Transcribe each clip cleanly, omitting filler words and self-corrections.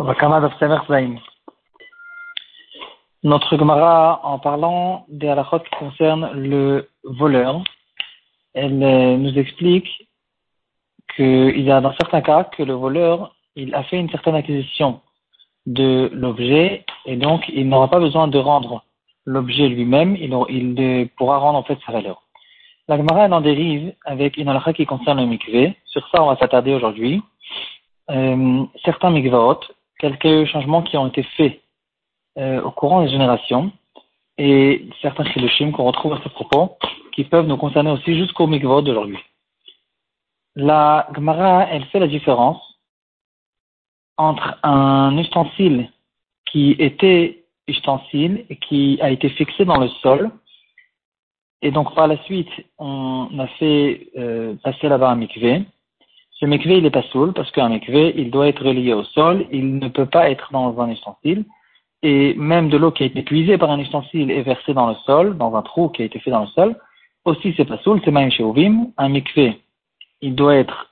Notre Gemara, en parlant des halakhot qui concernent le voleur, elle nous explique qu'il y a dans certains cas que le voleur, il a fait une certaine acquisition de l'objet et donc il n'aura pas besoin de rendre l'objet lui-même, il pourra rendre en fait sa valeur. La Gemara, elle en dérive avec une halakha qui concerne le mikvé. Sur ça, on va s'attarder aujourd'hui. Certains mikvaot, quelques changements qui ont été faits au courant des générations et certains chidushim qu'on retrouve à ce propos qui peuvent nous concerner aussi jusqu'au mikvaot d'aujourd'hui. La Gemara, elle fait la différence entre un ustensile qui était ustensile et qui a été fixé dans le sol et donc par la suite on a fait passer là-bas un mikvé. Ce mikvé il est pas soul parce qu'un mikvé il doit être relié au sol, il ne peut pas être dans un ustensile. Et même de l'eau qui a été puisée par un ustensile est versée dans le sol, dans un trou qui a été fait dans le sol, aussi c'est pas soul, c'est maïm sheovim. Un mikvé, il doit être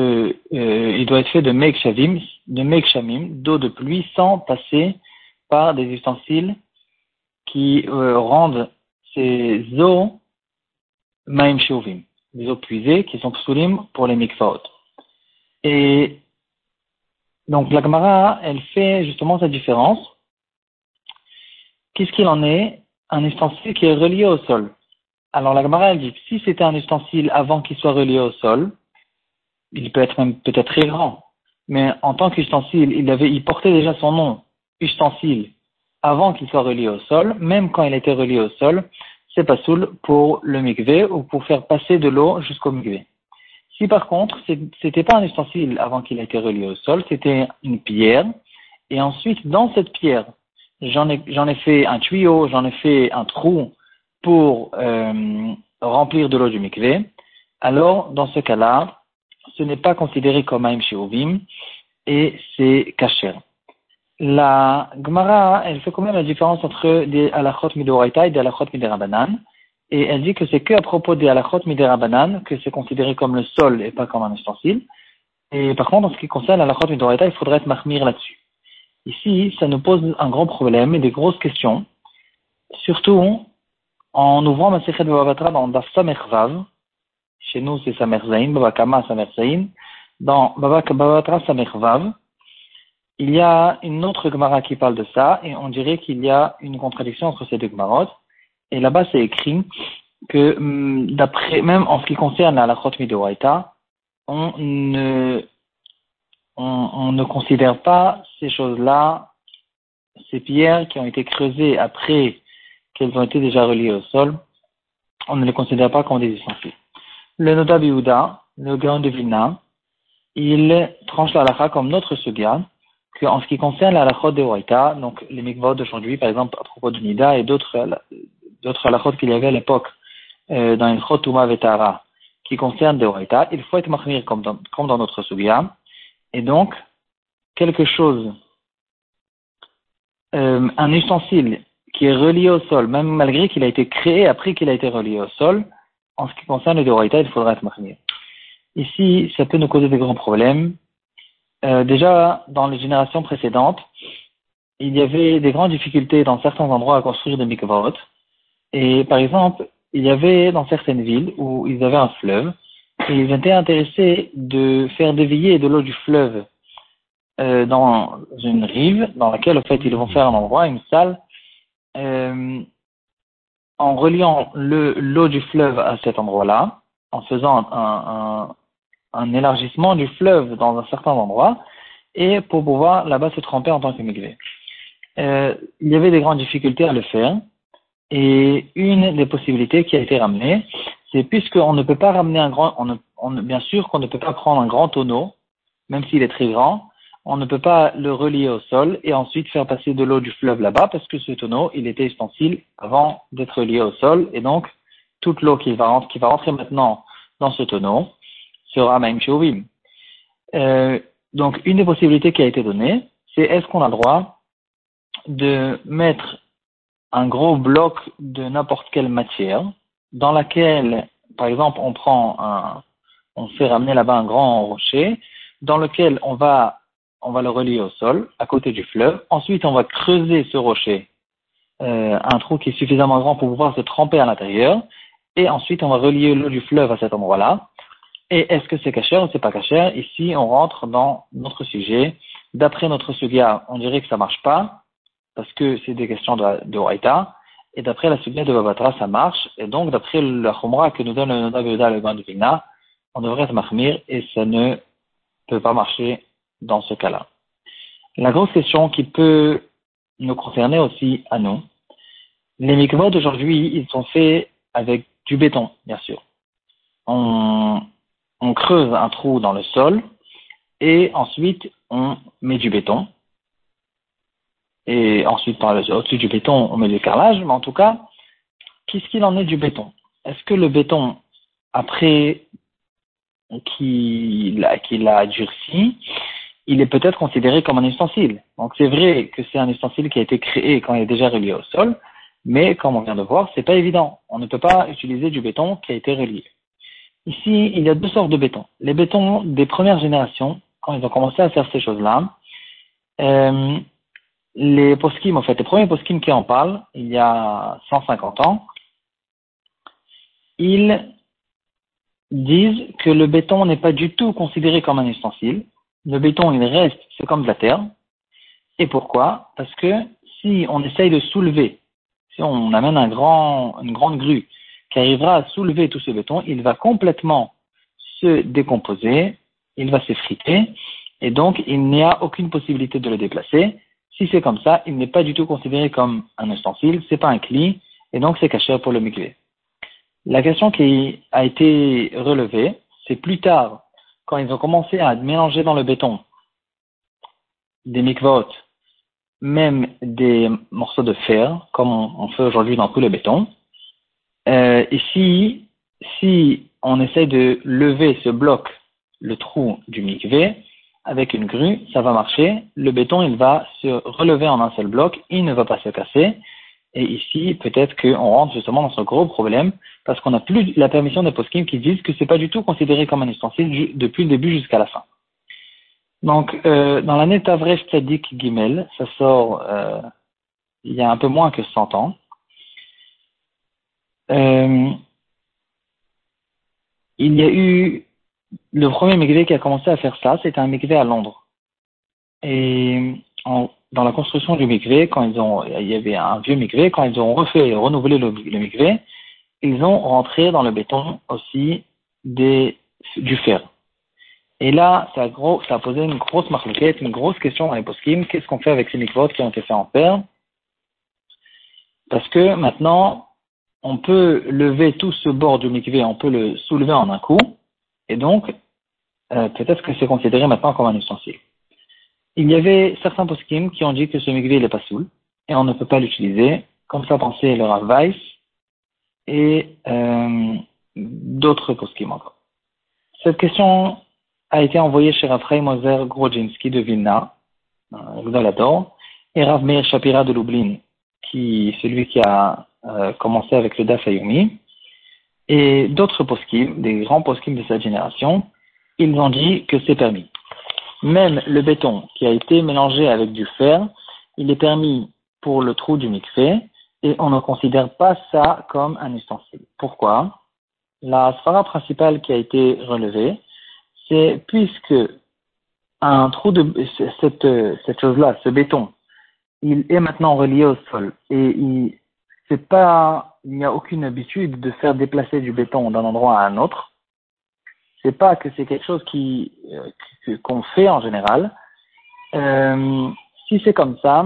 fait de mekshamim, d'eau de pluie, sans passer par des ustensiles qui rendent ces eaux maïm sheovim, des eaux puisées qui sont psulim pour les mikvaot. Et donc la Gemara, elle fait justement cette différence. Qu'est-ce qu'il en est? Un ustensile qui est relié au sol. Alors la Gemara elle dit que si c'était un ustensile avant qu'il soit relié au sol, il peut être même peut-être très grand, mais en tant qu'ustensile, il portait déjà son nom, ustensile, avant qu'il soit relié au sol, même quand il était relié au sol, c'est pas soul pour le mikvé ou pour faire passer de l'eau jusqu'au mikvé. Si par contre, c'était pas un ustensile avant qu'il ait été relié au sol, c'était une pierre, et ensuite dans cette pierre, j'en ai fait un tuyau, j'en ai fait un trou pour remplir de l'eau du mikvé. Alors, dans ce cas-là, ce n'est pas considéré comme maïm sheovim et c'est kasher. La Gemara, elle fait quand même la différence entre des halachot midoraita et des halachot miderabanan. Et elle dit que c'est que à propos des halachot miderabanan que c'est considéré comme le sol et pas comme un ustensile. Et par contre, en ce qui concerne halachot midoraita, il faudrait être mahmir là-dessus. Ici, ça nous pose un grand problème et des grosses questions, surtout en ouvrant Masechet Bava Batra dans Daf Samech Vav. Chez nous, c'est Samech Zayin, Baba Kama Samech Zayin. Dans Bava Batra Samech Vav, il y a une autre Gemara qui parle de ça et on dirait qu'il y a une contradiction entre ces deux Gemarot. Et là-bas, c'est écrit que d'après, même en ce qui concerne la halachot midoraita, on ne considère pas ces choses-là, ces pierres qui ont été creusées après qu'elles ont été déjà reliées au sol, on ne les considère pas comme des ustensiles. Le Noda Biouda, le Gaon de Vilna, il tranche la halakha comme notre sugya, qu'en ce qui concerne la halachot de Horaïta, donc les mikvot d'aujourd'hui, par exemple à propos de Nida et d'autres halachot qu'il y avait à l'époque dans une chot Touma Vetara qui concernent de Horaïta, il faut être mahmir comme dans notre sugya. Et donc, quelque chose, un ustensile qui est relié au sol, même malgré qu'il a été créé après qu'il a été relié au sol, en ce qui concerne le Doraïta, il faudra être mahmir. Ici, ça peut nous causer des grands problèmes. Déjà, dans les générations précédentes, il y avait des grandes difficultés dans certains endroits à construire des mikvot. Et par exemple, il y avait dans certaines villes où ils avaient un fleuve, et ils étaient intéressés de faire dévier de l'eau du fleuve dans une rive dans laquelle, en fait, ils vont faire un endroit, une salle, en reliant l'eau du fleuve à cet endroit-là, en faisant un élargissement du fleuve dans un certain endroit, et pour pouvoir là-bas se tremper en tant que mikvé. Il y avait des grandes difficultés à le faire, et une des possibilités qui a été ramenée, c'est puisqu'on ne peut pas ramener un grand, bien sûr qu'on ne peut pas prendre un grand tonneau, même s'il est très grand, on ne peut pas le relier au sol et ensuite faire passer de l'eau du fleuve là-bas parce que ce tonneau, il était ustensile avant d'être relié au sol et donc toute l'eau qui va rentrer maintenant dans ce tonneau sera maïm sheovim. Donc une des possibilités qui a été donnée, c'est est-ce qu'on a le droit de mettre un gros bloc de n'importe quelle matière dans laquelle, par exemple, on fait ramener là-bas un grand rocher, dans lequel on va on va le relier au sol, à côté du fleuve. Ensuite, on va creuser ce rocher, un trou qui est suffisamment grand pour pouvoir se tremper à l'intérieur. Et ensuite, on va relier l'eau du fleuve à cet endroit-là. Et est-ce que c'est cachère ou c'est pas cachère? Ici, on rentre dans notre sujet. D'après notre sugia, on dirait que ça marche pas, parce que c'est des questions de Horaïta. Et d'après la sugia de Babatra, ça marche. Et donc, d'après la Khumra que nous donne le Noda Beuda, le Grand de Vilna, on devrait se mahmir et ça ne peut pas marcher dans ce cas-là. La grosse question qui peut nous concerner aussi à nous, les mikvot d'aujourd'hui, ils sont faits avec du béton, bien sûr. On creuse un trou dans le sol et ensuite on met du béton. Et ensuite, au-dessus du béton, on met du carrelage. Mais en tout cas, qu'est-ce qu'il en est du béton? Est-ce que le béton, après qu'il a durci, il est peut-être considéré comme un ustensile? Donc c'est vrai que c'est un ustensile qui a été créé quand il est déjà relié au sol, mais comme on vient de voir, c'est pas évident. On ne peut pas utiliser du béton qui a été relié. Ici, il y a deux sortes de béton. Les bétons des premières générations, quand ils ont commencé à faire ces choses-là, les poskim, en fait, les premiers poskim qui en parlent, il y a 150 ans, ils disent que le béton n'est pas du tout considéré comme un ustensile. Le béton, il reste, c'est comme de la terre. Et pourquoi? Parce que si on essaye de soulever, si on amène une grande grue qui arrivera à soulever tout ce béton, il va complètement se décomposer, il va s'effriter, et donc il n'y a aucune possibilité de le déplacer. Si c'est comme ça, il n'est pas du tout considéré comme un ustensile, c'est pas un cli, et donc c'est caché pour le mikvé. La question qui a été relevée, c'est plus tard, quand ils ont commencé à mélanger dans le béton des mikvot, même des morceaux de fer, comme on fait aujourd'hui dans tout le béton. Ici, si on essaie de lever ce bloc, le trou du mikvé, avec une grue, ça va marcher. Le béton, il va se relever en un seul bloc, il ne va pas se casser. Et ici, peut-être qu'on rentre justement dans ce gros problème, parce qu'on n'a plus la permission des poskim qui disent que c'est pas du tout considéré comme un ustensile depuis le début jusqu'à la fin. Donc, dans l'année Tavresh Tzadik Gimel, ça sort il y a un peu moins que 100 ans. Il y a eu le premier mikvé qui a commencé à faire ça, c'était un mikvé à Londres. Et dans la construction du mikvé, il y avait un vieux mikvé, quand ils ont renouvelé le mikvé, ils ont rentré dans le béton aussi du fer. Et là, ça a posé une grosse marloquette, une grosse question dans les poskim. Qu'est-ce qu'on fait avec ces mikvot qui ont été faits en fer? Parce que maintenant, on peut lever tout ce bord du mikvé, on peut le soulever en un coup, et donc, peut-être que c'est considéré maintenant comme un ustensile. Il y avait certains poskim qui ont dit que ce mikvé n'est pas soul, et on ne peut pas l'utiliser, comme ça pensait le Rav Weiss, et d'autres poskim encore. Cette question a été envoyée chez Rav Chaim Ozer Grodzinski de Vilna, Gdolador, et Rav Meir Shapira de Lublin, celui qui a commencé avec le Daf Yomi, et d'autres poskim, des grands poskim de cette génération, ils ont dit que c'est permis. Même le béton qui a été mélangé avec du fer, il est permis pour le trou du mikvé, et on ne considère pas ça comme un ustensile. Pourquoi? La svara principale qui a été relevée, c'est puisque un trou cette chose-là, ce béton, il est maintenant relié au sol et il n'y a aucune habitude de faire déplacer du béton d'un endroit à un autre. C'est pas que c'est quelque chose qu'on fait en général. Si c'est comme ça,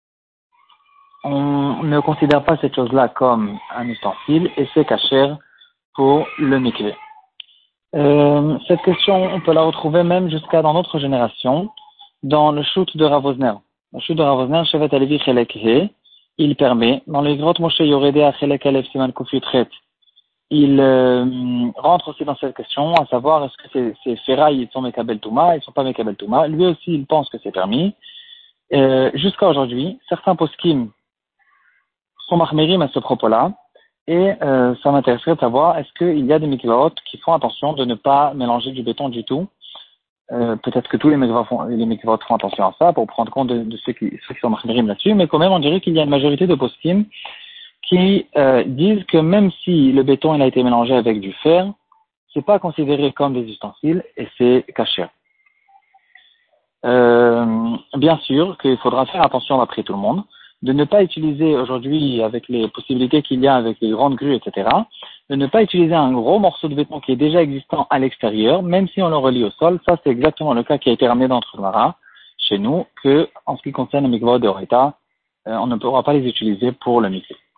on ne considère pas cette chose-là comme un ustensile et c'est cachère pour le mikvé. Cette question, on peut la retrouver même jusqu'à dans notre génération, dans le shoot de Rav Wosner. Le shoot de Rav Wosner, Shevet Alevi Chelek He, il permet, dans les grottes Moshe Yoredé à Chelek Alev Siman Kuf Yutret, il rentre aussi dans cette question, à savoir est-ce que ces ferrailles, ils sont Mekabel Touma, ils sont pas Mekabel Touma. Lui aussi, il pense que c'est permis. Jusqu'à aujourd'hui, certains poskim sont marmérim à ce propos-là. Et ça m'intéresserait de savoir, est-ce qu'il y a des mikvaot qui font attention de ne pas mélanger du béton du tout peut-être que tous les mikvot font attention à ça pour prendre compte de ceux qui sont marmirim là-dessus, mais quand même on dirait qu'il y a une majorité de poskim qui disent que même si le béton il a été mélangé avec du fer, c'est pas considéré comme des ustensiles et c'est caché. Bien sûr qu'il faudra faire attention d'après tout le monde, de ne pas utiliser aujourd'hui, avec les possibilités qu'il y a avec les grandes grues, etc., de ne pas utiliser un gros morceau de béton qui est déjà existant à l'extérieur, même si on le relie au sol. Ça, c'est exactement le cas qui a été ramené dans notre Gemara, chez nous, que, en ce qui concerne le mikvah de Horeta, on ne pourra pas les utiliser pour le mikvah.